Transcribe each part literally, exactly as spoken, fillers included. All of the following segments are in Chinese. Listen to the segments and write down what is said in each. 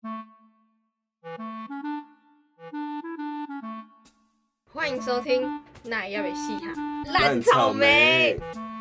欢迎收听《那要被戏哈烂草莓》。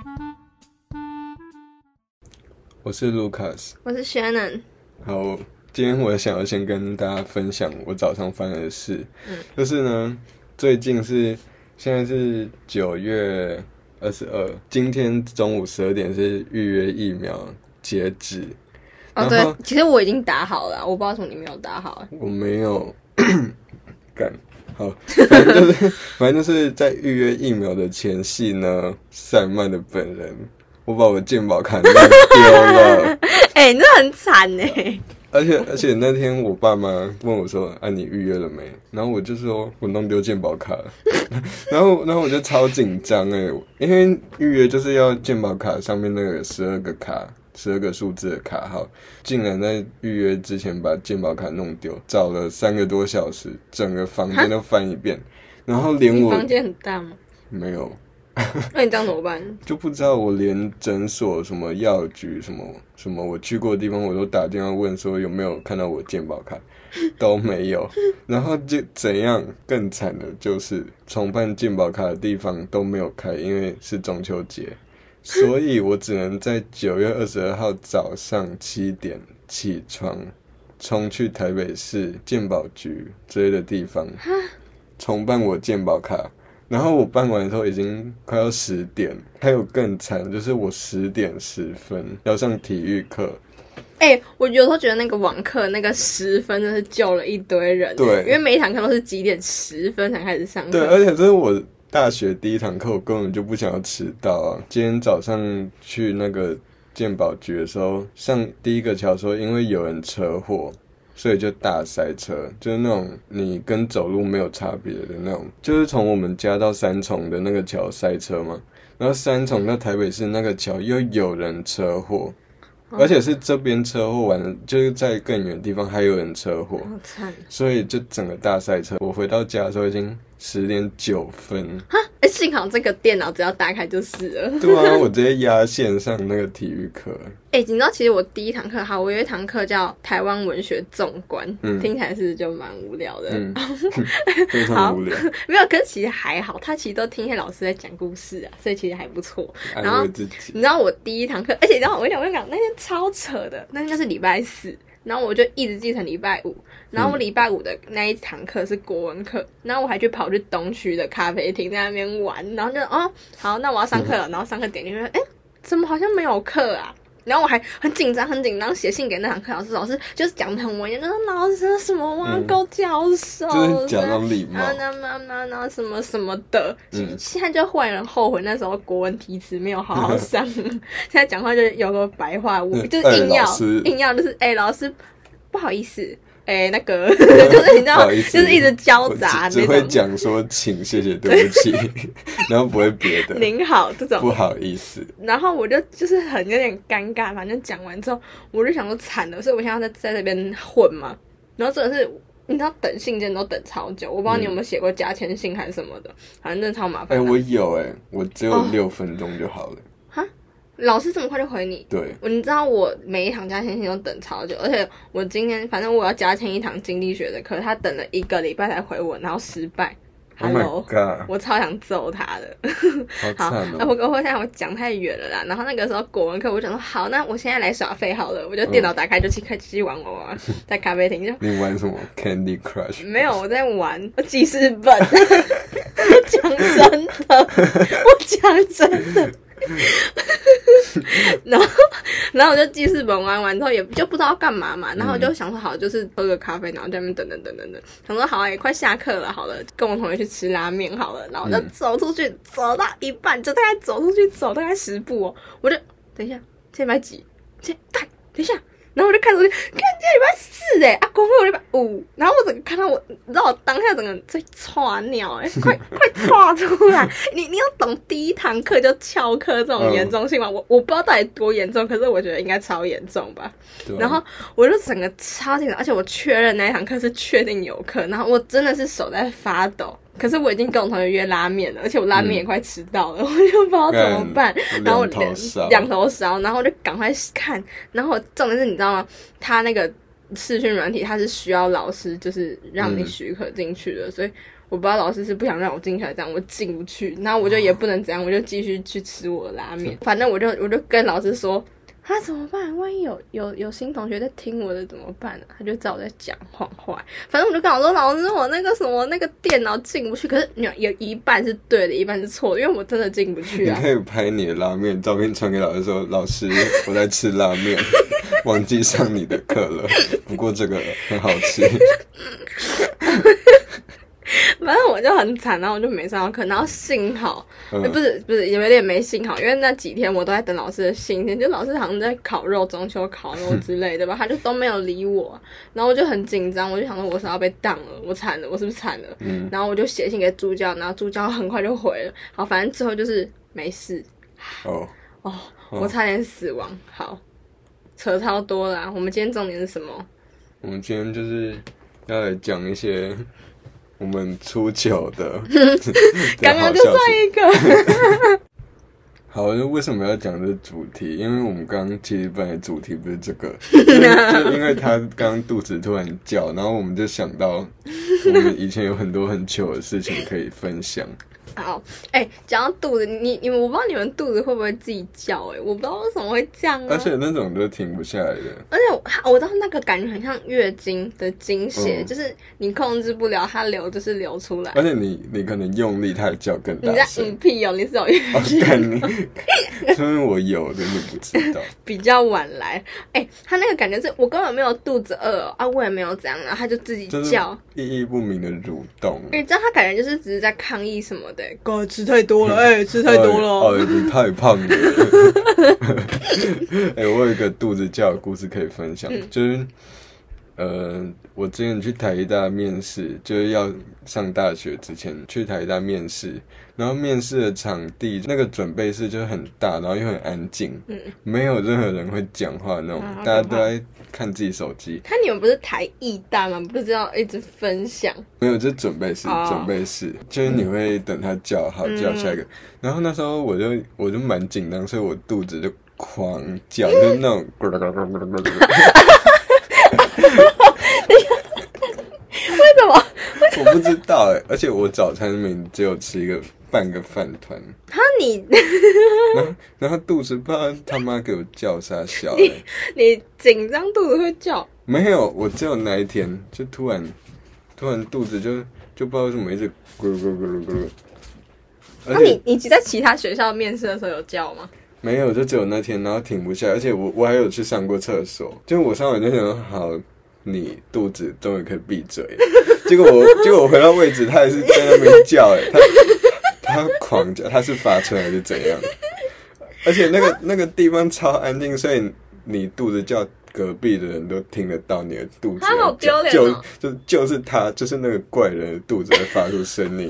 我是 Lucas， 我是 Shannon。 好，今天我想要先跟大家分享我早上发生的事。嗯，就是呢，最近是现在是九月二十二，今天中午十二点是预约疫苗截止。 哦，对，其实我已经打好了，我不知道为什么你没有打好。 我没有干。好，反正就是反正就是在预约疫苗的前夕呢，赛曼的本人，我把我健保卡弄丢了。 哎、欸，你这很惨哎！ 而且而且那天我爸妈问我说：“啊，你预约了没？”然后我就说我弄丢健保卡了。然后然后我就超紧张哎，因为预约就是要健保卡上面那个十二个卡。十二个数字的卡号，竟然在预约之前把健保卡弄丢，找了三个多小时，整个房间都翻一遍，然后连我你房间很大吗？ 没有， 那你这样怎么办？ 就不知道我连诊所、什么药局、什么什么我去过的地方，我都打电话问说有没有看到我健保卡，都没有。然后就怎样更惨的就是重办健保卡的地方都没有开，因为是中秋节。所以我只能在九月二十二号早上七点起床，冲去台北市健保局之类的地方重办我健保卡。然后我办完的时候已经快要十点，还有更惨，就是我十点十分要上体育课。 哎、欸，我有时候觉得那个网课那个十分真是救了一堆人， 对， 因为每一堂课都是几点十分才开始上课， 对，而且这是我大学第一堂课，我根本就不想要迟到啊！今天早上去那个健保局的时候，上第一个桥说，因为有人车祸，所以就大塞车，就是那种你跟走路没有差别的那种，就是从我们家到三重的那个桥塞车嘛，然后三重到台北市那个桥又有人车祸。而且是这边车祸完了，就是在更远的地方还有人车祸， 好惨， 所以就整个大塞车。我回到家的时候已经十点九分， 哈，哎、欸，幸好这个电脑只要打开就是了。 对啊，我直接压线上那个体育课。 哎、欸，你知道其实我第一堂课，好，我有一堂课叫台湾文学纵观，嗯、听起来是就蛮无聊的，嗯， 非常无聊。 没有，可是其实还好，他其实都听一些老师在讲故事啊，所以其实还不错。然后你知道我第一堂课，而且你知道我跟你讲，我跟你讲那天超扯的，那天就是礼拜四。然后我就一直记成礼拜五，然后我礼拜五的那一堂课是国文课，然后我还去跑去东区的咖啡厅在那边玩，然后就哦好，那我要上课了，然后上课点进去，哎，怎么好像没有课啊？然后我还很紧张，很紧张，写信给那堂课老师，老师就是讲得很文言，就说老师什么我要够教授， 嗯、就是讲到礼貌， 那那那那什么什么的。嗯、现在就忽然人后悔那时候国文题词没有好好上，现在讲话就有个白话无，嗯、就是硬要、欸、硬要就是哎、欸、老师不好意思。哎、欸，那个就是你知道，就是一直交杂那种， 只会讲说请、谢谢、对不起，然后不会别的。 您好，这种不好意思。 然后我就就是很有点尴尬，反正讲完之后，我就想说惨了，所以我现在在在这边混嘛。然后真的是，你知道等信件都等超久，我不知道你有没有写过加签信还是什么的，反正真的超麻烦。 哎、欸，我有哎、欸，我只有六分钟就好了。 哈、哦？老师这么快就回你？ 对， 你知道我每一堂加签信都等超久，而且我今天反正我要加签一堂经济学的课，他等了一个礼拜才回我，然后失败。 Oh my god！ 我超想揍他的。 好惨哦！ 好，我我现在我讲太远了啦。然后那个时候国文课，我想说好，那我现在来耍废好了，我就电脑打开就去开继续玩玩玩，在咖啡厅就。 你玩什么 Candy Crush？ 没有，我在玩记事本。我讲真的，我讲真的。然后，然后我就记事本玩完之后，也就不知道干嘛嘛。然后我就想说，好，就是喝个咖啡，然后在那边等等等等等。想说好，也快下课了，好了，跟我同学去吃拉面好了。然后我就走出去，走到一半，就大概走出去走大概十步哦，我就等一下，这礼拜几？这等等一下。然后我就看手机，看今天礼拜四哎，啊，功课我礼拜五，然后我整个看到我，你知道我当下整个在唰尿哎，快快唰出来！你你要懂第一堂课就翘课这种严重性吗？嗯、我我不知道到底多严重，可是我觉得应该超严重吧。然后我就整个超紧张，而且我确认那一堂课是确定有课，然后我真的是手在发抖。可是我已经跟我同学约拉面了，而且我拉面也快迟到了，嗯、我就不知道怎么办。然后我两头烧，然后我就赶快看。然后重点是，你知道吗？他那个视讯软体它是需要老师就是让你许可进去的，嗯、所以我不知道老师是不想让我进去还是这样，我进不去，然后我就也不能怎样，我就继续去吃我的拉面。反正我就我就跟老师说，他怎么办？万一有有有新同学在听我的怎么办呢、啊？他就知道我在讲谎话。反正我就跟我说，老师，我那个什么那个电脑进不去，可是有有一半是对的，一半是错的，因为我真的进不去啊。 你可以拍你的拉面照片传给老师说，老师，我在吃拉面，忘记上你的课了，不过这个很好吃。 反正我就很惨，然后我就没上到课，然后幸好、嗯欸、不是不是有点没幸好，因为那几天我都在等老师的信件，就老师好像在烤肉，中秋烤肉之类的吧，他就都没有理我，然后我就很紧张，我就想说我是要被当了，我惨了，我是不是惨了、嗯？然后我就写信给助教，然后助教很快就回了，好，反正之后就是没事。 哦哦，我差点死亡。好，扯超多啦。我们今天重点是什么？ 我们今天就是要来讲一些。我们出糗的， 刚刚就算一个。 好，那为什么要讲这主题？因为我们刚刚其实本来主题不是这个，就因为他刚刚肚子突然叫，然后我们就想到我们以前有很多很糗的事情可以分享。 好，哎、欸，讲到肚子，你你们我不知道你们肚子会不会自己叫、欸，哎，我不知道为什么会这样、啊。 而且那种都停不下来的。 而且我我知道那个感觉很像月经的经血、嗯，就是你控制不了它流，就是流出来。 而且你你可能用力，它的叫更大声。 你在隐屁哦，你是有月经？ 干、哦、你，因为我有的你不知道。 比较晚来，哎、欸，他那个感觉是我根本没有肚子饿、哦、啊，我也没有怎样，然后他就自己叫， 就是、意义不明的蠕动。 你知道他感觉就是只是在抗议什么的。哥吃太多了，哎、欸，吃太多了， 哎，你太胖了。哎、欸，我有一个肚子叫的故事可以分享，嗯、就是呃，我之前去台艺大面试，就是要上大学之前去台艺大面试，然后面试的场地那个准备室就很大，然后又很安静，嗯，没有任何人会讲话那种、啊，大家都在看自己手机。 看你们不是台艺大吗？不是要一直分享？ 没有，这准备室，哦、准备室就是你会等他叫好叫下一个、嗯，然后那时候我就我就蛮紧张，所以我肚子就狂叫，就是那种。 为什么？ 我不知道哎、欸，而且我早餐里面只有吃一个半个饭团。 哈你， 然后然后肚子不知道他妈给我叫啥小哎、欸！ 你紧张肚子会叫？ 没有，我只有那一天就突然突然肚子就就不知道为什么一直咕噜咕噜咕噜咕噜。 那你你在其他学校面试的时候有叫吗？ 没有，就只有那天，然后停不下来，而且我我还有去上过厕所，就我上完就想说好。你肚子终于可以闭嘴了，结果我结果我回到位置，他还是在那边叫、欸，哎，他他狂叫，他是发春还是怎样？而且那个那个地方超安静，所以你肚子叫，隔壁的人都听得到你的肚子。 他好丢脸哦！ 就就就是他，就是那个怪人的肚子会发出声音。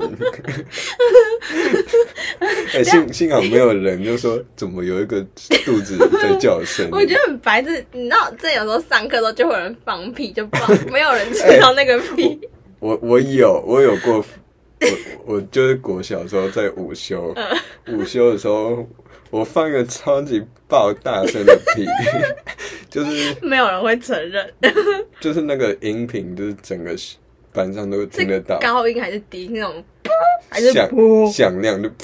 哎、欸，幸幸好没有人就说怎么有一个肚子在叫声音。 我觉得很白痴，你知道，这有时候上课的时候就会有人放屁，就放，没有人知道那个屁。 欸、我我有我有过，我我就是国小的时候在午休，午休的时候我放一个超级爆大声的屁，就是没有人会承认， 就是那个音频就是整个班上都听得到， 高音还是低那种，还是响响亮就。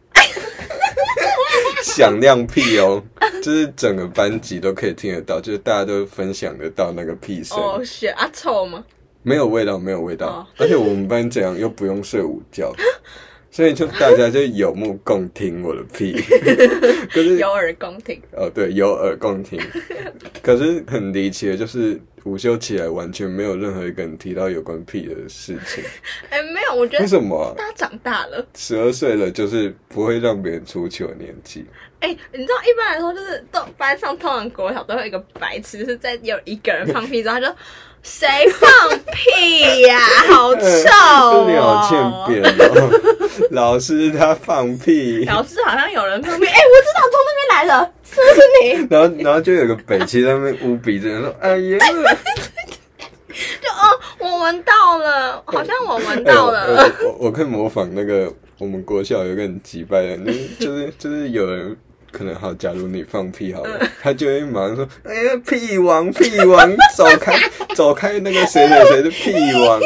响亮屁哦，就是整个班级都可以听得到，就是大家都分享得到那个屁声。 哦，是啊，臭吗？ 没有味道，没有味道。哦、而且我们班这样又不用睡午觉，所以就大家就有目共听我的屁。可是有耳共听。 哦，对，有耳共听。可是很离奇的就是。午休起来完全没有任何一个人提到有关屁的事情。 哎、欸，没有，我觉得为什么、啊？ 他长大了， 十二岁了，就是不会让别人出糗的年纪。 哎、欸，你知道一般来说，就是都班上通常国小都会有一个白痴，就是在有一个人放屁之后，他就谁放屁呀、啊，好臭、哦！ 你好欠扁哦！老师他放屁， 老师好像有人放屁，哎、欸，我知道从那边来的，是不是你？ 然后，然后就有个北七在那边捂鼻子，说：“哎呀！” 就哦，我闻到了，好像我闻到了。 欸、我我我可以模仿那个我们国小有一个很击败的，就是就是就是有人可能好，假如你放屁好了，嗯、他就会马上说：“哎、欸，屁王，屁王，走开，走开，那个谁谁谁的屁王。”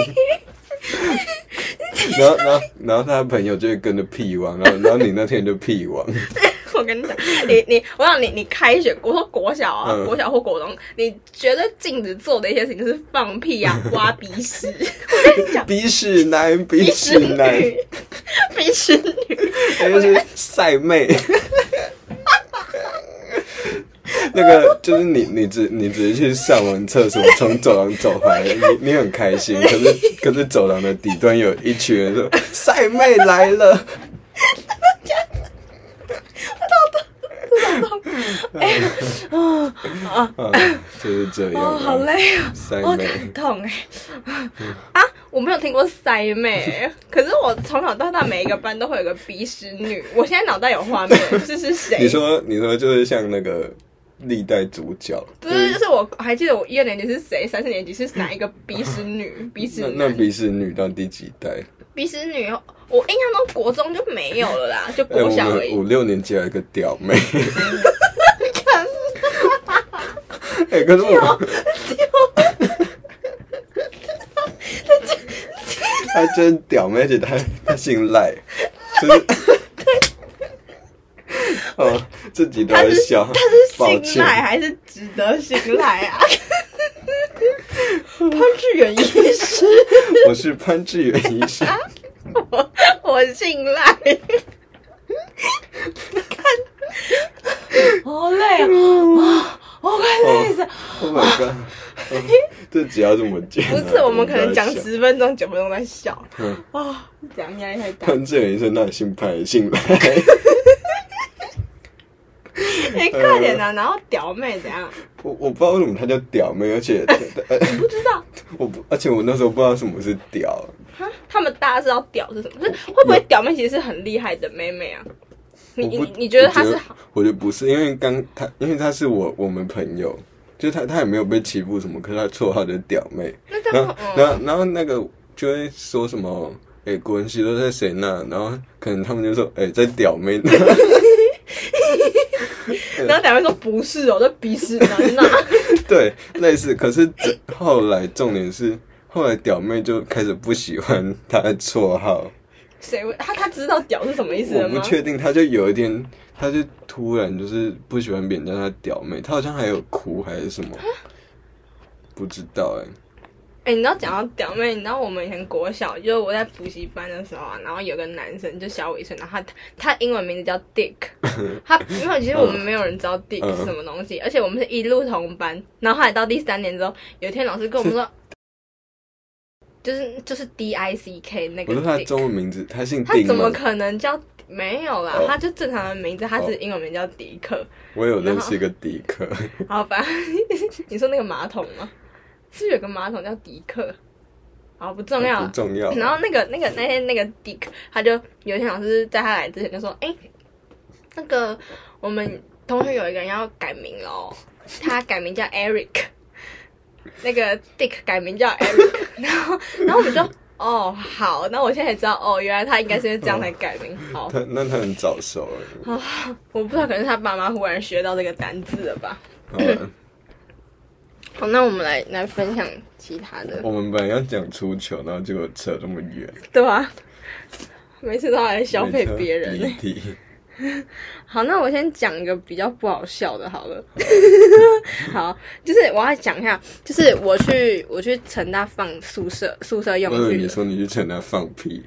然后，然后，然后他的朋友就会跟着屁王，然后，然后你那天就屁王。 我跟你讲，你你，我想你你开学，我说国小啊，嗯、国小或国中，你绝对禁止做的一些事情就是放屁啊、挖鼻屎。我跟你讲， 鼻屎男，鼻屎男， 鼻屎女， 还有就是晒妹。那个就是你，你只你只是去上完厕所，从走廊走回来，你你很开心，可是可是走廊的底端有一群人说晒妹来了。 哎啊啊！ 就是这样、啊。 哦，好累哦， 塞妹，很痛哎、欸！啊，我没有听过塞妹、欸，可是我从小到大每一个班都会有个鼻屎女。我现在脑袋有画面，这是谁？ 你说，你说就是像那个历代主角， 不是？就是我还记得我一二年级是谁，三四年级是哪一个鼻屎女？鼻屎那那鼻屎女到第几代？ 鼻屎女，我印象中国中就没有了啦，就国小而已。 欸、五六年级有一个屌妹。哎、欸，可是我，他真屌妹，而且他他姓赖，就是，哦，自己都在笑。 他是姓赖还是值得信赖啊？潘志远医师， 我是潘志远医师， 我我姓赖。看，好累啊！我快累死 ！Oh my god！、哦、这只要这么简单， 不是我们可能讲十分钟、九分钟在笑。嗯啊，这样压力太大。 潘志远医生那姓潘姓赖。 哎、欸，快点啊！然后屌妹怎样？ 我我不知道为什么他叫屌妹，而且你不知道？ 我不，而且我那时候不知道什么是屌。 哈，他们大家知道屌是什么？是会不会屌妹其实是很厉害的妹妹啊？你你你觉得他是好？ 我觉得不是，因为刚他，因为他是我我们朋友，就是他他也没有被欺负什么，可是他绰号就是屌妹。 那他然后、嗯、然后然后那个就会说什么，哎、欸，国文系都在谁那？然后可能他们就说，哎、欸，在屌妹那。 然后屌妹说不是哦，在鼻屎男那。 对，类似。可是后来重点是，后来屌妹就开始不喜欢他的绰号。 谁会他他知道屌是什么意思了吗？ 我不确定，他就有一天，他就突然就是不喜欢别人叫他屌妹，他好像还有哭还是什么，不知道哎、欸。 哎、欸，你知道讲到屌妹，你知道我们以前国小，就是我在补习班的时候啊，然后有个男生就小我一岁，然后他他英文名字叫 Dick， 他因为其实我们没有人知道 Dick 是什么东西，而且我们是一路同班，然后后来到第三年之后，有一天老师跟我们说。就是就是 D I C K 那个， 我说他中文名字，他姓丁吗？ 他怎么可能叫？没有啦， oh. 他就正常的名字，他是英文名叫迪克。 我有认识一个迪克。 好，反正你說那個馬桶嗎？是不是有個馬桶叫迪克？好，不重要， 不重要。 然後那個那個那天那個迪克，他就有一天老師在他來之前就說：“哎、欸，那個我們同學有一個人要改名了哦，他改名叫 Eric， 那個 Dick 改名叫 Eric， 然後然後我們就。”哦，好，那我現在才知道，哦，原來他應該是因為這樣才改名。好， 他那他很早熟了。 啊，我不知道，可能是他爸媽忽然學到這個單字了吧。好，好，那我們來來分享其他的。 我們本來要講出糗，然後結果扯這麼遠。 對啊，每次都要來消費別人、欸。好，那我先講一個比較不好笑的，好了。好，就是我要講一下，就是我去我去成大放宿舍宿舍用具。 我以為你說你去成大放屁。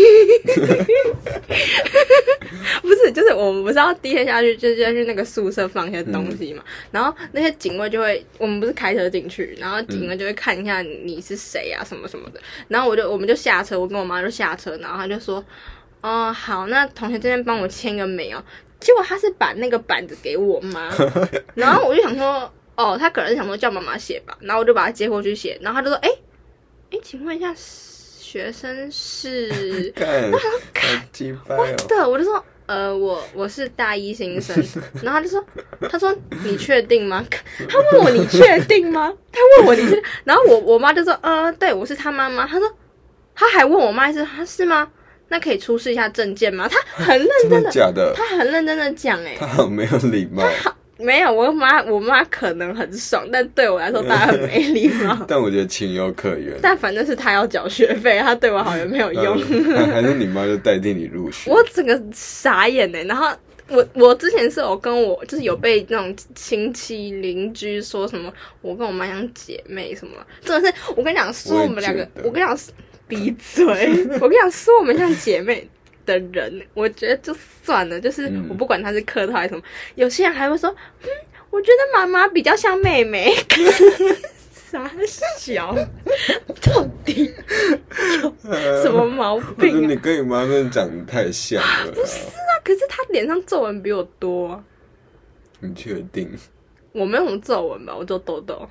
不是，就是我們不是要第一天下去，就是要去那個宿舍放一些東西嘛。嗯、然後那些警衛就會，我們不是開車進去，然後警衛就會看一下你是誰啊，什麼什麼的。然後我就我們就下車，我跟我媽就下車，然後他就說。哦，好，那同學這邊幫我簽個名哦。結果他是把那個板子給我媽，然後我就想說，哦，他可能想說叫媽媽寫吧，然後我就把它接過去寫，然後他就說，哎，哎，請問一下，學生是？然後他說，看，我的，我就說，呃，我我是大一新生，然後他就說，他說你確定嗎？他問我你確定嗎？他問我你確定，然後我我媽就說，呃，對，我是他媽媽。他說，他還問我媽一次，他是嗎？ 那可以出示一下证件吗？他很认真的， 真的假的？ 他很认真的讲，哎， 他好没有礼貌。 没有，我妈我妈可能很爽，但对我来说当然很没礼貌。 但我觉得情有可原。 但反正是他要缴学费，他对我好也没有用。 嗯、还是你妈就代替你入学？ 我整个傻眼哎！然后我我之前是有跟我就是有被那种亲戚邻居说什么，我跟我妈像姐妹什么，真的是我跟你讲说我们两个，我, 我跟你讲闭嘴！我跟你讲说我们像姐妹的人，我觉得就算了，就是我不管他是客套还是什么，嗯、有些人还会说，嗯，我觉得妈妈比较像妹妹。傻小，到底有什么毛病、啊？ 你跟你妈真的长得太像了、啊。 不是啊，可是她脸上皱纹比我多、啊。 你确定？ 我没有什么皱纹吧，我就痘痘。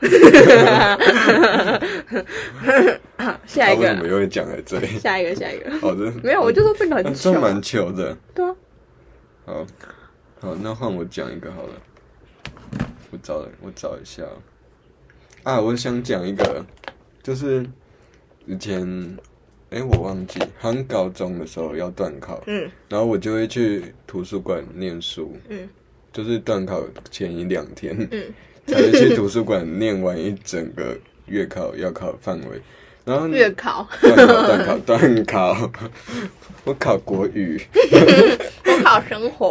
下一个， 为什么又会讲在这里？ 下一个，下一个。 好的， 没有，我就说这个很糗、啊， 这蛮糗的。 对啊。 好，好，那换我讲一个好了。我找，我找一下。啊，我想讲一个，就是以前，哎、欸，我忘记，好像高中的时候要段考，嗯，然后我就会去图书馆念书，嗯，就是段考前一两天，嗯，才会去图书馆念完一整个月考要考的范围，然后月考， 段考，段考，段考，我考国语， 我考生活，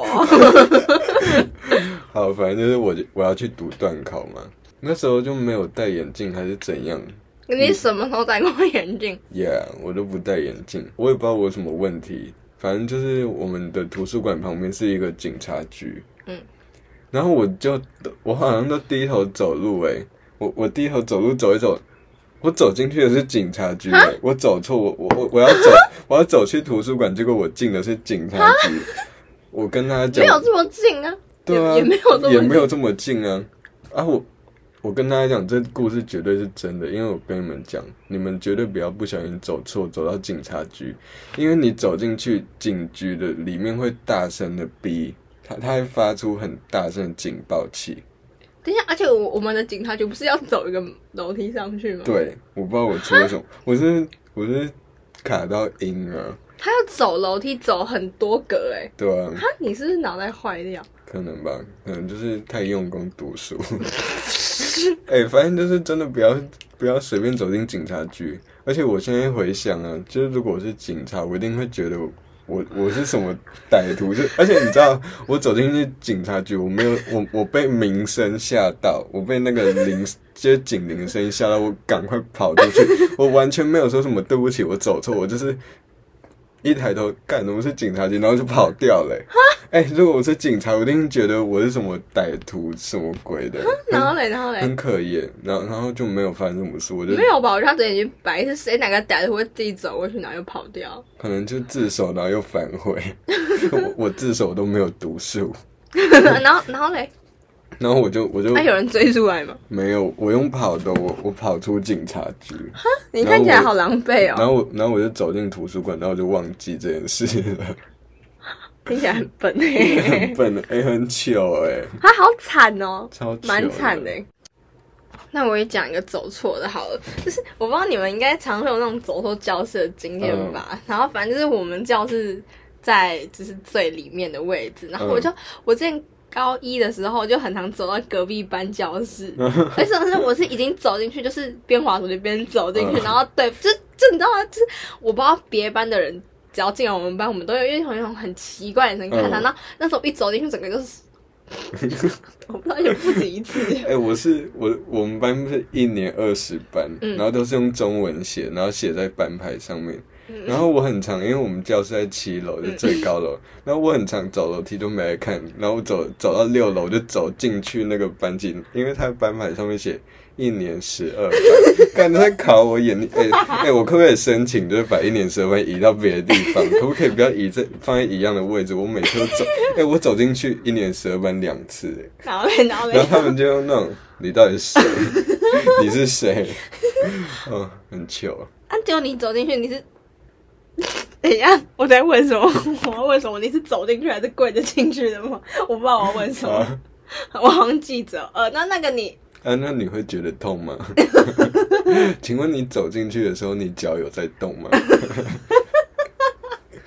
好，反正就是我我要去读段考嘛。那时候就没有戴眼镜还是怎样？ 你什么时候戴过眼镜 ？Yeah， 我都不戴眼镜，我也不知道我有什么问题。反正就是我们的图书馆旁边是一个警察局，嗯，然后我就我好像都低头走路哎、欸，我我低头走路走一走，我走进去的是警察局哎、欸，我走错，我我我要走我要走去图书馆，结果我进的是警察局。我跟他讲， 没有这么近啊， 对啊， 也, 也没有这么近也没有这么近啊啊我。我跟大家讲，这故事绝对是真的，因为我跟你们讲，你们绝对不要不小心走错，走到警察局，因为你走进去警局的里面会大声的逼，它它会发出很大声的警报器。 等一下，而且我我们的警察局不是要走一个楼梯上去吗？ 对，我不知道我错什么，我是我是卡到音啊。 他要走楼梯走很多格哎、欸。 对啊。 哈，你是不是脑袋坏掉？ 可能吧，可能就是太用功读书。哎、欸，反正就是真的不要不要随便走进警察局。而且我现在回想啊，就是如果我是警察，我一定会觉得我我我是什么歹徒。就而且你知道，我走进去警察局，我没有我我被鸣声吓到，我被那个铃就是警铃声吓到，我赶快跑出去。我完全没有说什么对不起，我走错，我就是一抬头，干，我是警察局，然后就跑掉了、欸。哎、欸，如果我是警察，我一定觉得我是什么歹徒，什么鬼的。 然后嘞，然后嘞， 很可疑。然后，然后就没有发生什么事。我就没有吧？我觉得他眼睛白，是谁哪个歹徒会自己走过去，然后又跑掉？ 可能就自首，然后又反悔。我我自首都没有读书。 然后，然后嘞， 然后我就我就， 那、啊、有人追出来吗？ 没有，我用跑的，我我跑出警察局。 哈，你看起来好狼狈哦。 然后我，然后我就走进图书馆，然后我就忘记这件事了。 听起来很笨诶、欸， 很笨诶、欸，很糗诶、欸， 他好惨哦， 超蛮惨的、欸。那我也讲一个走错的好了，就是我不知道你们应该常会有那种走错教室的经验吧、嗯。然后反正就是我们教室在就是最里面的位置，然后我就、嗯、我之前高一的时候就很常走到隔壁班教室，而且是我是已经走进去，就是边滑手机边走进去，嗯、然后对，就就你知道吗？就是我不知道别班的人。只要进来我们班，我们都有一种那种很奇怪的眼神看他。然后、嗯、那时候一走进去，整个就是，我不知道有不止一次。 哎、欸，我是我我们班是一年二十班、嗯，然后都是用中文写，然后写在班牌上面。嗯、然后我很常，因为我们教室在七楼，就最高楼、嗯。然后我很常走楼梯都没来看，然后我走走到六楼就走进去那个班级，因为他班牌上面写。一年十二班，干他在考我眼力，哎、欸、哎、欸，我可不可以申请，就是把一年十二班移到别的地方？可不可以不要移在放在一样的位置？我每次都走，哎、欸，我走进去一年十二班两次、欸， 然后嘞，然后嘞， 然后他们就用那种，你到底是谁？你是谁？哦，很糗。 啊，结果你走进去，你是，等一下，我在问什么？我要问什么？你是走进去还是跪着进去的吗？我不知道我要问什么，啊、我好像记着。呃，那那个你。 啊，那你会觉得痛吗？请问你走进去的时候，你脚有在动吗？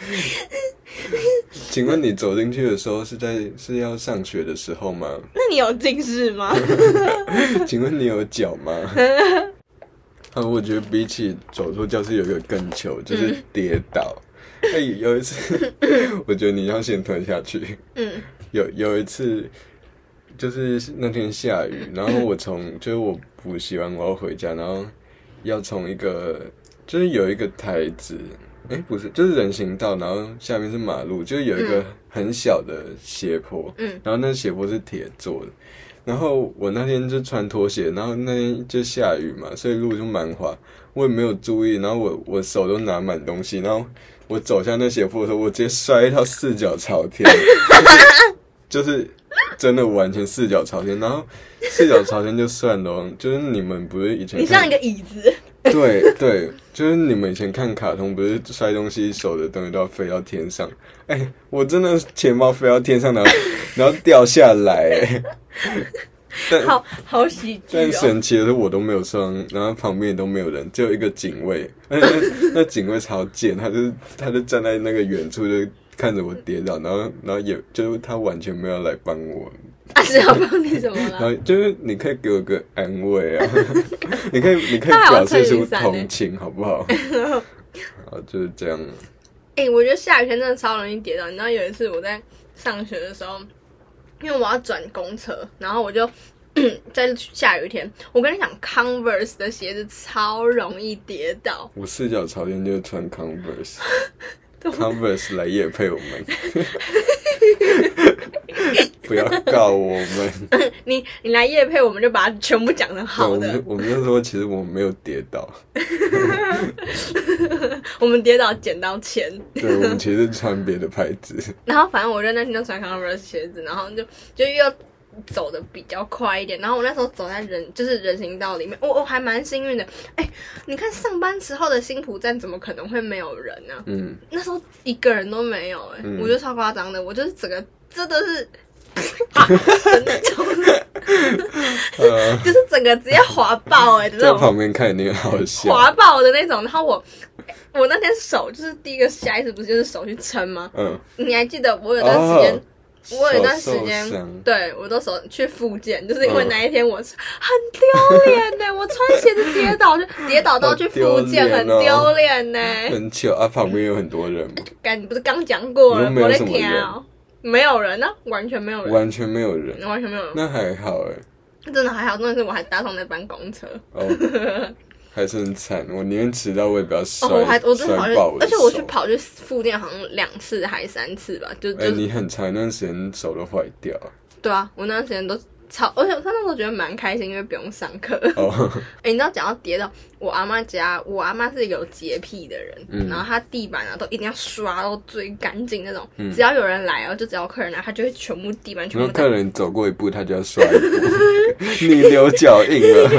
请问你走进去的时候是在是要上学的时候吗？ 那你有近视吗？ 请问你有脚吗？啊，我觉得比起走错教室有一个更糗，就是跌倒。哎、欸，有一次，我觉得你要先吞下去。嗯，有有一次，就是那天下雨，然后我从就是我补习完我要回家，然后要从一个就是有一个台子。哎、欸，不是，就是人行道，然后下面是马路，就是有一个很小的斜坡，嗯，然后那斜坡是铁做的，然后我那天就穿拖鞋，然后那天就下雨嘛，所以路就蛮滑，我也没有注意，然后我我手都拿满东西，然后我走下那斜坡的时候，我直接摔到四脚朝天，就是真的完全四脚朝天，然后四脚朝天就算了，就是你们不是以前你像一个椅子。 对对，就是你们以前看卡通，不是摔东西手的东西都要飞到天上？哎、欸，我真的钱包飞到天上，然后然后掉下来、欸，但好好喜剧、哦。 但神奇的是我都没有伤，然后旁边也都没有人，只有一个警卫，而且那那警卫超贱，他就他就站在那个远处就看着我跌倒，然后然后也就是他完全没有来帮我。 他、啊、是要帮你什么了？ 然后就是你可以给我个安慰啊，你可以你可以表示出同情，好不好？好，就是这样。 哎、欸，我觉得下雨天真的超容易跌倒。你知道有一次我在上学的时候，因为我要转公车，然后我就在下雨天，我跟你讲 ，Converse 的鞋子超容易跌倒。 我四脚朝天就穿 Converse。Converse 来业配我们，不要告我们。 你你来业配，我们就把它全部讲成好的。 我们我们就说，其实我们没有跌倒， 我们跌倒捡到钱。 对，我们其实穿别的牌子。 然后反正我就那天就穿 Converse 鞋子，然后就就又走的比较快一点，然后我那时候走在人就是人行道里面，我我还蛮幸运的。哎、欸，你看上班时候的新埔站怎么可能会没有人呢、啊？嗯，那时候一个人都没有、欸，哎、嗯，我觉得超夸张的，我就是整个真的是。啊、的那种，呃、就是整个直接滑爆哎、欸、的那种， 在旁边看一定好笑， 滑爆的那种。然后我，我那天手就是第一个下意识不是就是手去撑吗？嗯，你还记得我有段时间，哦、我有段时间，对我都手去复健，就是因为那一天我很丢脸呢，我穿鞋子跌倒就跌倒到去复健，很丢脸呢。 很糗啊，旁边有很多人， 干，你不是刚讲过了？ 没有什么人。 没有人啊，完全没有人， 完全没有人， 完全没有人。 那还好哎， 真的还好，真的是我还搭上那班公车，哦， 还是很惨。我宁愿迟到，我也不要摔， 哦、我还我真的摔爆我的手。 而且我去跑去复健，好像两次还三次吧，就就、欸。 你很长一段时间手都坏掉。对啊，我那段时间都超，而且他那时候觉得蛮开心，因为不用上课。哦，哎、欸，你知道讲到跌倒，我阿妈家，我阿妈是有洁癖的人，嗯、然后她地板啊都一定要刷到最干净那种，嗯、只要有人来哦，就只要客人来，她就会全部地板全部。 然后客人走过一步，她就要刷一步，你留脚印了。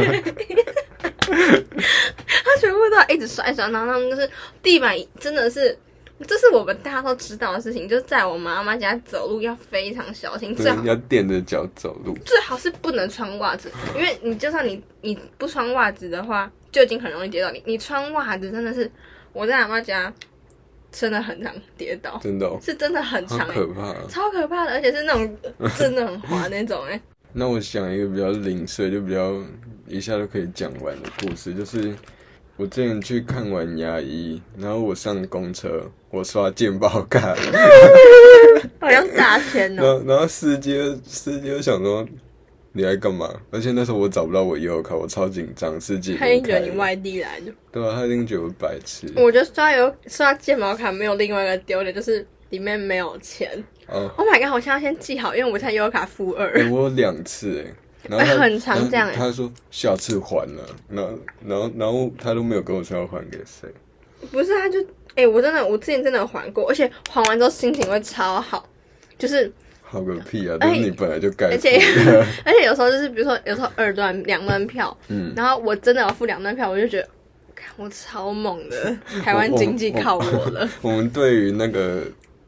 她全部都要一直刷一刷，然后他们就是地板真的是。这是我们大家都知道的事情，就是在我妈妈家走路要非常小心，最好要垫着脚走路， 最好是不能穿袜子，因为你就算你你不穿袜子的话，就已经很容易跌倒。你你穿袜子真的是，我在阿妈家真的很常跌倒， 真的、哦、 是真的很常、欸， 好可怕、啊， 超可怕的，而且是那种真的很滑那种哎、欸。 那我想一个比较零碎，就比较一下就可以讲完的故事，就是我之前去看完牙医，然后我上公车，我刷健保卡， 好像大钱哦。 然后，然后司机司机就想说你来干嘛？而且那时候我找不到我悠游卡，我超紧张，司机他一定觉得你外地来的， 对啊，他一定觉得我白痴。 我觉得刷有刷健保卡没有另外一个丢脸，就是里面没有钱。哦、oh. ，Oh my god！ 我现在要先记好，因为我现在悠游卡负二。 欸、我有两次哎、欸。然后他、 欸、很常这样、欸。 他说下次还了，然后然后然后他都没有跟我说要还给谁。 不是，他就哎、欸，我真的我之前真的有还过，而且还完之后心情会超好，就是好个屁啊！但是你本来就该付的。 而且而且有时候就是比如说有时候二段两段票，嗯，然后我真的有付两段票，我就觉得，看我超猛的，台湾经济靠我了。 我, 我, 我, 我们对于那个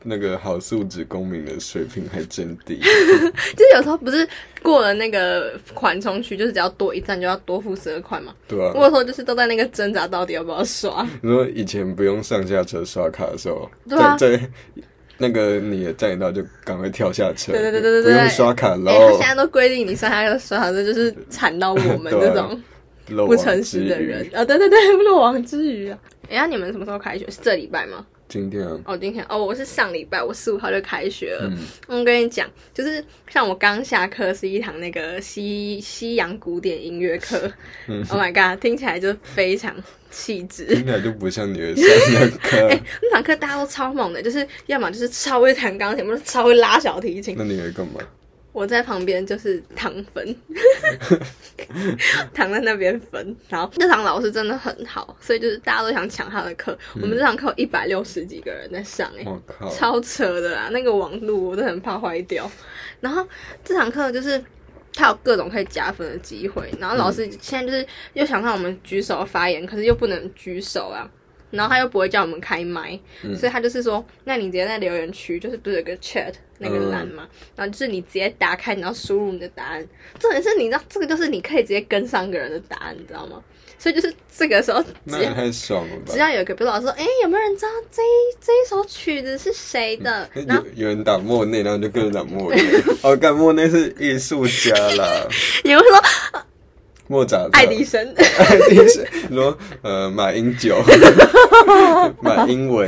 那个好素质公民的水平还真低。 就是有时候不是过了那个缓冲区，就是只要多一站就要多付十二块嘛。 对啊。 我有时候就是都在那个挣扎，到底要不要刷。 你说以前不用上下车刷卡的时候， 对啊， 在在那个你的站一到就赶快跳下车， 对对对对对， 不用刷卡喽。 哎、欸，他现在都规定你上下车刷卡，这就是惨到我们这种不诚实的人啊、哦！对对对，漏网之鱼啊！哎、欸，那你们什么时候开学？是这礼拜吗？ 今天啊， 哦，今天哦，我是上礼拜，我十五号就开学了。嗯，我跟你讲，就是像我刚下课是一堂那个西西洋古典音乐课、嗯、，Oh my god， 听起来就非常气质， 听起来就不像你的上的课。 哎、欸，那堂课大家都超猛的，就是要么就是超会弹钢琴，要么超会拉小提琴。 那你会干嘛？ 我在旁边就是躺分，躺在那边分。然后这堂老师真的很好，所以就是大家都想抢他的课。嗯、我们这堂课有一百六十几个人在上、欸，哎，超扯的啦！那个网路我都很怕坏掉。然后这堂课就是他有各种可以加分的机会，然后老师现在就是又想让我们举手发言，可是又不能举手啊。然后他又不会叫我们开麦、嗯，所以他就是说，那你直接在留言区，就是不是有个 chat 那个栏嘛、嗯，然后就是你直接打开，然后输入你的答案。重点是你知道，这个就是你可以直接跟上个人的答案，你知道吗？所以就是这个时候， 那也太爽了吧！ 只要有一个，比如老师说，哎、欸，有没有人知道这一这一首曲子是谁的？ 嗯、有有人打莫内，然后就跟着打莫内。哦，干莫内是艺术家啦。 有人说。 莫扎特、 爱迪生、 爱迪生，你说呃马英九、马英文，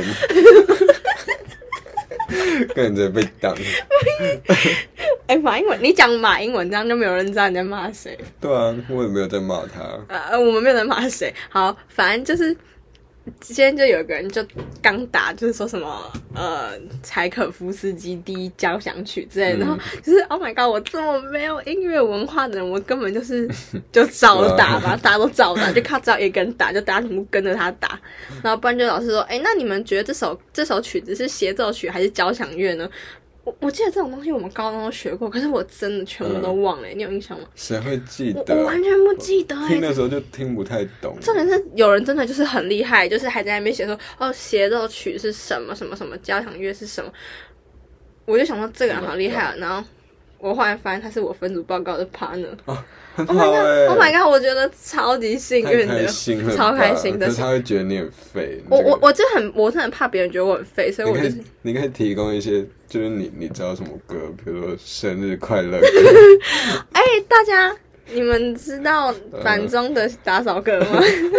跟着被当。 哎、欸，马英文，你讲马英文，这样就没有人知道你在骂谁。 对啊，我也没有在骂他。 呃，我们没有在骂谁。好，反正就是今天就有一个人就刚打，就是说什么呃柴可夫斯基第一交响曲之类的，嗯、然后就是 Oh my god， 我这么没有音乐文化的人，我根本就是就照打吧，大家都照打，就靠只要一个人打，就大家全部跟着他打，然后不然就老师说，哎、欸，那你们觉得这首这首曲子是协奏曲还是交响乐呢？我我记得这种东西我们高中都学过，可是我真的全部都忘了、欸嗯，你有印象吗？ 谁会记得？ 我, 我完全不记得、欸。 听的时候就听不太懂。 重点是有人真的就是很厉害，就是还在那边写说哦，协奏曲是什么什么什么，交响乐是什么。我就想说这个人好厉害啊，然后我后来发现他是我分组报告的 partner。 哦很好欸 Oh my god！ 我觉得超级幸运的， 开心超开心的。 可是他会觉得你很废。 我我我真的很，我真的很怕别人觉得我很废，所以我就是你可以提供一些，就是你你知道什么歌，比如说生日快乐歌。 哎、欸，大家你们知道反中的打扫歌吗？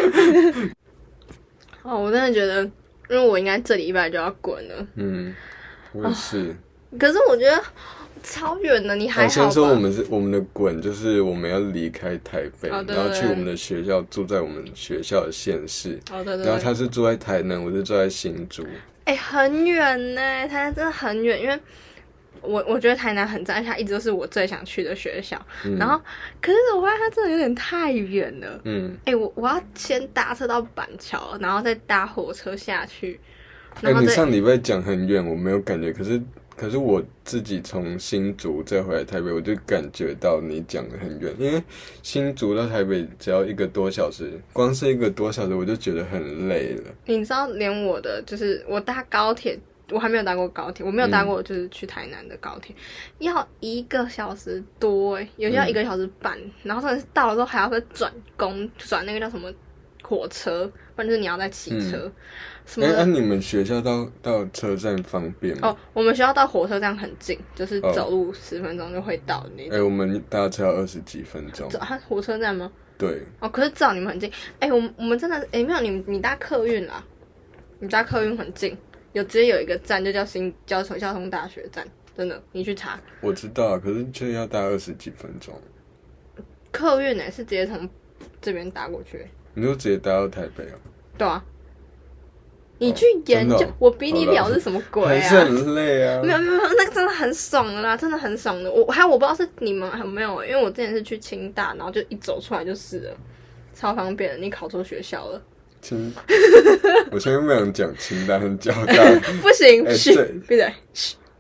哦，我真的觉得，因为我应该这礼拜就要滚了。嗯， 我也是、哦。 可是我觉得。超远的，你还好吧？ 先说我们是我们的滚，就是我们要离开台北， 哦、对对对， 然后去我们的学校，住在我们学校的县市。 哦对对对。 然后他是住在台南，我是住在新竹。 哎、欸，很远呢，台南真的很远，因为我我觉得台南很赞，它一直都是我最想去的学校。嗯、然后，可是我发现它真的有点太远了。嗯。哎、欸，我我要先搭车到板桥，然后再搭火车下去。 哎、欸，你上礼拜讲很远，我没有感觉，可是。可是我自己从新竹再回来台北，我就感觉到你讲的很远，因为新竹到台北只要一个多小时，光是一个多小时我就觉得很累了。 你知道，连我的就是我搭高铁，我还没有搭过高铁，我没有搭过就是去台南的高铁，嗯、要一个小时多哎，有些要一个小时半，嗯、然后真的是到了之后还要再转公转那个叫什么火车，不然就是你要再骑车。嗯哎，那、啊、你们学校到到车站方便吗？ 哦，我们学校到火车站很近，就是走路十分钟就会到的那种。 哎、我们搭车要二十几分钟。 走啊，火车站吗？ 对。 哦，可是至少你们很近。哎，我们我们真的哎没有你你搭客运啦，你搭客运很近，有直接有一个站就叫新交通交通大学站，真的，你去查。 我知道，可是却要搭二十几分钟。 客运呢是直接从这边搭过去。 你就直接搭到台北啊？ 对啊。你去研究，哦哦、我比你了是什么鬼啊？ 还是很累啊。 没有没有，那个真的很爽的啦，真的很爽的。我还我不知道是你们有没有，因为我之前是去清大，然后就一走出来就是了，超方便的。你考错学校了。 清，我现在不想讲清大和交大。 不行， 欸、 嘘，闭嘴。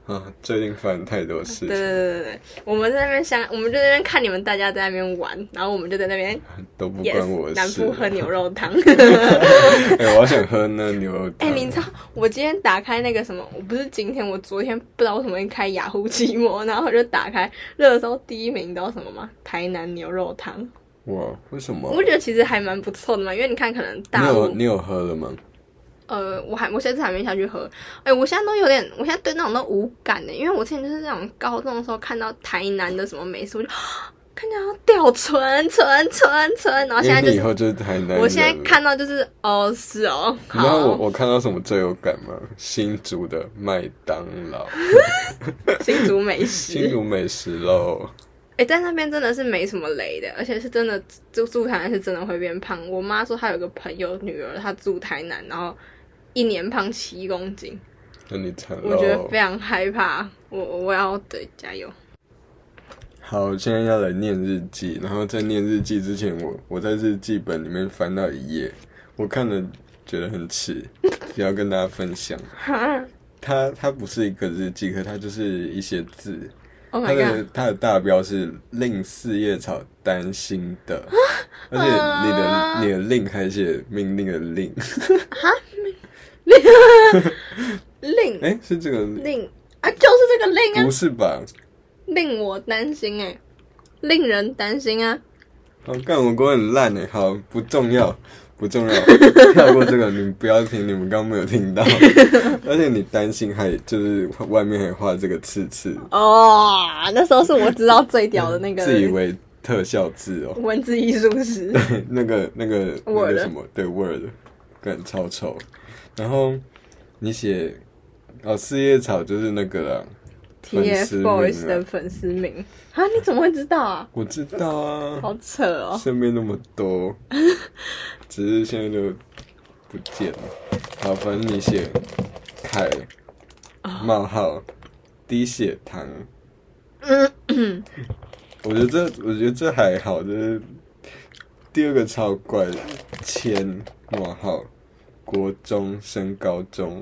啊，最近发生太多事情。 对对对对对，我们在那边相，我们就在那边看你们大家在那边玩，然后我们就在那边都不关我的事。 南部喝牛肉汤。 哎、欸，我好想喝那牛肉汤。 哎、欸，你知道我今天打开那个什么？我不是今天，我昨天不知道为什么会开雅虎奇摩，然后我就打开热搜第一名，你知道什么吗？台南牛肉汤。 哇，为什么？ 我觉得其实还蛮不错的嘛，因为你看，可能大陆你有你有喝了吗？ 呃，我还我现在还没下去喝，哎、欸，我现在都有点，我现在对那种都无感的，因为我之前就是那种高中的时候看到台南的什么美食，我就看到要掉唇唇唇唇，然后现在就是以后就是台南人。 我现在看到就是哦是哦， 你知道我我看到什么最有感吗？新竹的麦当劳， 新竹美食， 新竹美食喽。 哎、欸，在那边真的是没什么雷的，而且是真的住住台南是真的会变胖。我妈说她有个朋友女儿，她住台南，然后一年胖七公斤， 那你惨了， 我觉得非常害怕。我我要对加油。 好，现在要来念日记，然后在念日记之前，我我在日记本里面翻到一页，我看了觉得很耻，也要跟大家分享。它它不是一个日记，可它就是一些字。 Oh my 它的 god！ 它的大标是令四叶草担心的，而且你的、uh... 你的令还写命令的令。 哈，令令哎、欸，是这个令啊，就是这个令啊， 不是吧？ 令我担心哎、欸，令人担心啊。 好，干我国很烂哎，好不重要。不重要，跳过这个，你们不要听，你们刚刚没有听到。而且你担心还就是外面还画这个刺刺哦，那时候是我知道最屌的那个， 自以为特效字哦， 文字艺术师。 对，那个那个那个什么，对 Word， 感超丑。然后你写哦，四叶草就是那个啦。 T F Boys 的粉丝名啊？你怎么会知道啊？ 我知道啊， 好扯哦， 身边那么多，只是现在都不见了。好，反正你写凯冒号低血糖，嗯，我觉得这我觉得这还好，就是第二个超怪的，千冒号国中升高中，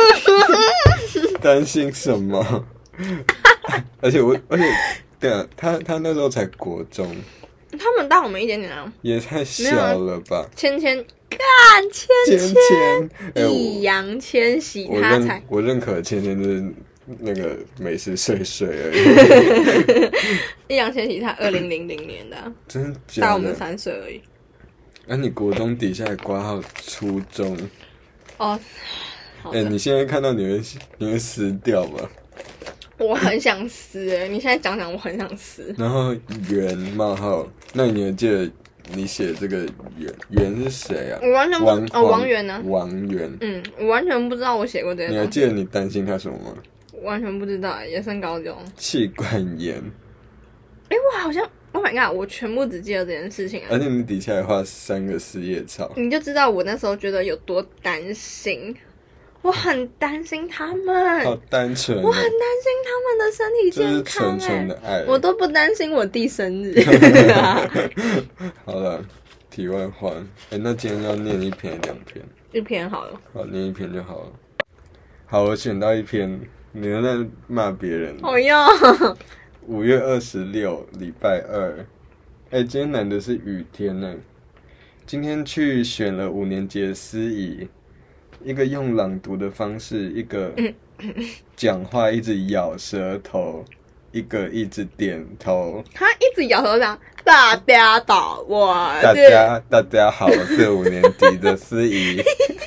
担心什么？而且我，而且，对啊，他他那时候才国中， 他们大我们一点点啊， 也太小了吧？ 芊芊，干芊芊，易烊千玺，他才我认可芊芊就是那个美食碎碎而已。 易烊千玺他二零零零年的、啊， 真假的？ 大我们三岁而已。 那、啊、你国中底下还挂号初中？ 哦， 哎、欸，你现在看到你会你会撕掉吗？ 我很想撕哎、欸！你现在讲讲，我很想撕。 然后袁冒号，那你还记得你写这个袁袁是谁啊？ 我完全不王哦，王源呢？ 王源。 嗯，我完全不知道我写过这些。 你还记得你担心他什么吗？ 完全不知道，也升高中。 气管炎。 哎、欸，我好像 ，Oh my god！我全部只记得这件事情啊。 而且你底下还画三个四叶草， 你就知道我那时候觉得有多担心。我很担心他们， 好单纯、喔。 我很担心他们的身体健康、欸， 这是纯纯的爱。 我都不担心我弟生日。 好了，题外话，哎、欸，那今天要念一篇两篇？ 一篇好了。 好，念一篇就好了。好，我选到一篇，你又在骂别人。 哦哟。 五月二十六，礼拜二。哎、欸，今天难得是雨天呢。今天去选了五年级的司仪。一个用朗读的方式，一个讲话一直咬舌头，一个一直点头。 他一直摇头讲：“大家好，我大家大家好，我是五年级的司仪。”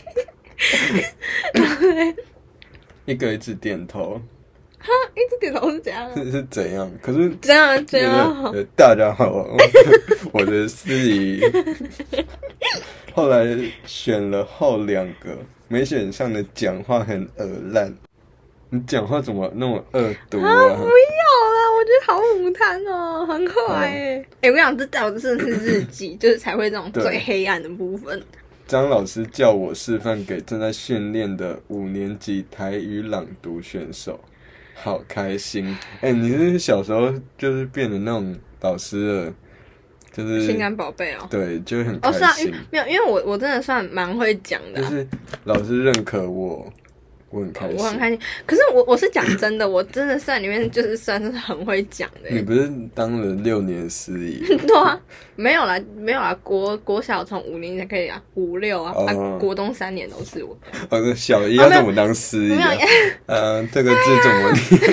一个一直点头。 他一直点头是怎样？ 是是怎样？可是怎样怎样？ 大家好，我的司仪。后来选了后两个，没选上的讲话很恶烂。你讲话怎么那么恶毒啊？啊不要啦，我觉得好母汤哦，很可爱哎、嗯欸。我跟你讲，这代表真的是日记，就是才会这种最黑暗的部分。 张老师叫我示范给正在训练的五年级台语朗读选手，好开心！哎、欸，你是小时候就是变成那种老师了。就是心肝宝贝哦， 对，就很开心。 哦，是啊，没有，因为我我真的算蛮会讲的、啊， 就是老师认可我我很开心， 我很开心。可是我我是讲真的，我真的在里面就是算是很会讲的。 你不是当了六年司仪？ 对啊，没有啦，没有啦。国国小从五年才可以啊，五六啊，哦、啊国中三年都是我。 哦，小一要怎么当司仪、啊？呃，这个字怎么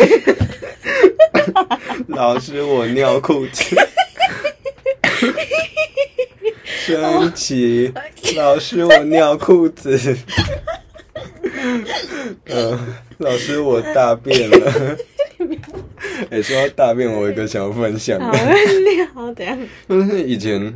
念？老师，我尿裤子。升旗，老师，我尿裤子。呃，老师，我大便了。哎、欸，说到大便，我有一个想要分享的。 好，等一下。 就是以前，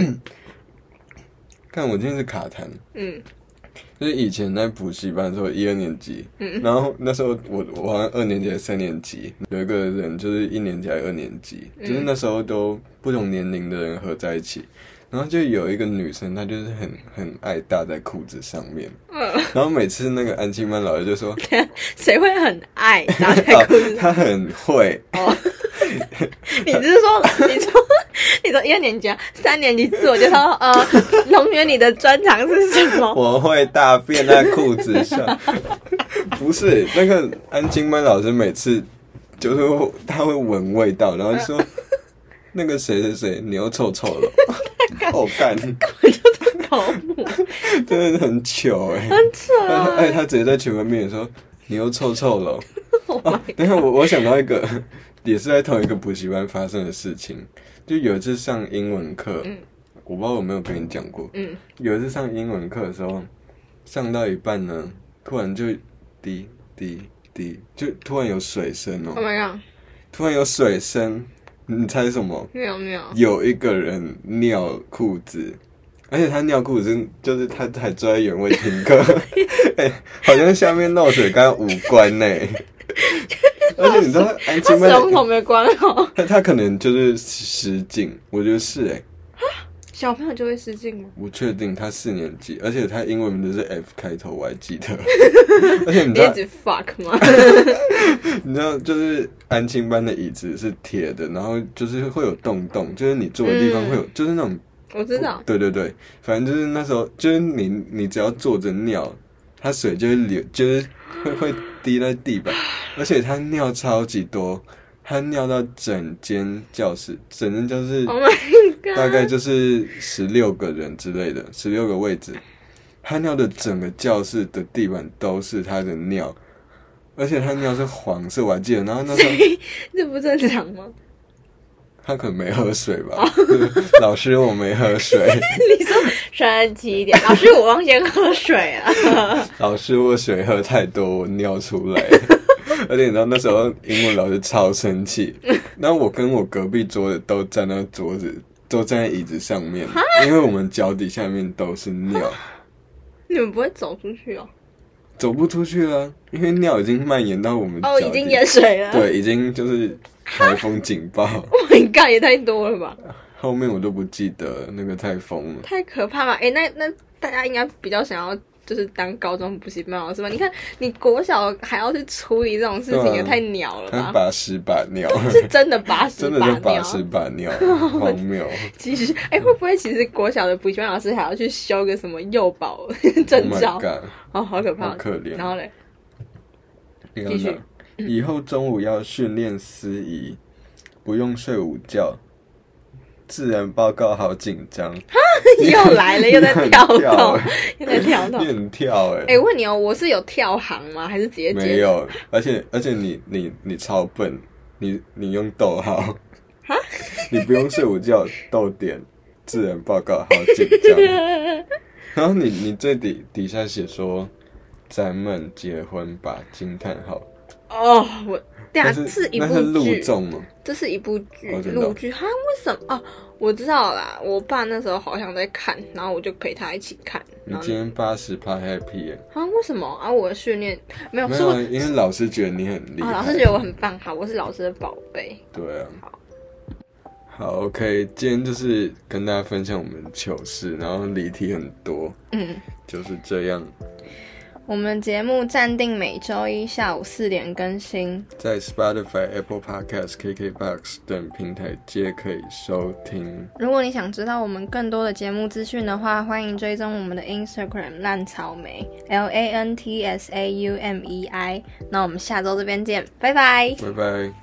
看我今天是卡痰。嗯。就是以前在补习班的时候，一二年级，嗯，然后那时候我我好像二年级还是三年级，有一个人就是一年级还是二年级，嗯、就是那时候都不同年龄的人合在一起。然后就有一个女生，她就是很很爱搭在裤子上面，嗯，然后每次那个安亲班老师就说， 谁会很爱搭在裤子上？ 她很会。哦， 你是说你说你说一二年级啊，三年级自我介绍，呃，同学你的专长是什么？ 我会大便在裤子上。不是那个安亲班老师每次就是他会闻味道，然后就说那个谁谁谁你又臭臭了。好干，根本就是保姆， 真的很糗哎、欸， 很扯啊！ 哎，他直接在全班面前说：“你又臭臭了。”哦，等一下，我我想到一个，也是在同一个补习班发生的事情。就有一次上英文课，嗯、我不知道有没有跟你讲过。嗯，有一次上英文课的时候，上到一半呢，突然就滴滴滴，就突然有水声哦。 Oh my god！ 突然有水声。你猜什么？ 没有没有， 有一个人尿裤子，而且他尿裤子就是他还坐在原位听课，哎、欸，好像下面漏水跟他无关呢、欸。而且你知道安亲班，他水龙头没关好， 他他可能就是失禁，我觉得是哎、欸。 小朋友就会失禁吗？ 不确定，他四年级，而且他英文名字是 F 开头，我还记得。而且你知道， 一直 fuck 吗？ 你知道，就是安亲班的椅子是铁的，然后就是会有洞洞，就是你坐的地方会有，嗯、就是那种。 我知道。 对对对，反正就是那时候，就是你你只要坐着尿，它水就会流，就是会会滴在地板，而且它尿超级多。他尿到整间教室，整间教室大概就是十六个人之类的，十六个位置。他尿的整个教室的地板都是他的尿，而且他尿是黄色，我还记得。然后那时候这不正常吗？ 他可能没喝水吧？老师，我没喝水。 你说生气一点，老师，我忘记喝水了。 老师，我水喝太多，我尿出来。而且你知道那时候英文老师超生气，然后我跟我隔壁桌的都站在桌子，都站在椅子上面，因为我们脚底下面都是尿。 你们不会走出去哦？ 走不出去了，因为尿已经蔓延到我们脚底。 哦，已经淹水了。 对，已经就是台风警报。 Oh my god，也太多了吧！ 后面我都不记得，那个太疯了， 太可怕了。哎、欸，那那大家应该比较想要。就是当高中补习班老师吧，你看你国小还要去处理这种事情，也太鸟了吧！ 把屎把尿， 是真的把屎把尿， 真的就把屎把尿，荒谬。 其实，哎、欸，会不会其实国小的补习班老师还要去修个什么幼保证照？ Oh my god， 哦，好可怕， 好可怜。 然后嘞， 继续，以后中午要训练司仪，不用睡午觉。自然报告好紧张， 又来了，又在跳动，又在跳动， 你很跳哎、欸！ 哎、欸，问你哦，我是有跳行吗？还是直接接？ 没有，而且而且你你你超笨，你你用逗号，哈，你不用睡午觉，逗点，自然报告好紧张。然后你你最底底下写说，咱们结婚吧！惊叹号。 哦，我对啊，这是一部剧， 那是录中吗？ 这是一部剧，录剧。哈，为什么？哦，我知道啦，我爸那时候好像在看，然后我就陪他一起看。 你今天八十趴 happy 耶？ 啊，为什么啊？我的训练没有， 没有、啊，因为老师觉得你很厉害。 啊，老师觉得我很棒，好，我是老师的宝贝。 对啊。 好， 好 ，OK， 今天就是跟大家分享我们的糗事，然后离题很多，嗯，就是这样。 我们节目暂定每周一下午四点更新， 在 Spotify、Apple Podcast、K K Box 等平台皆可以收听。 如果你想知道我们更多的节目资讯的话，欢迎追踪我们的 Instagram 烂草莓 L A N T S A U M E I。那我们下周这边见，拜拜， 拜拜。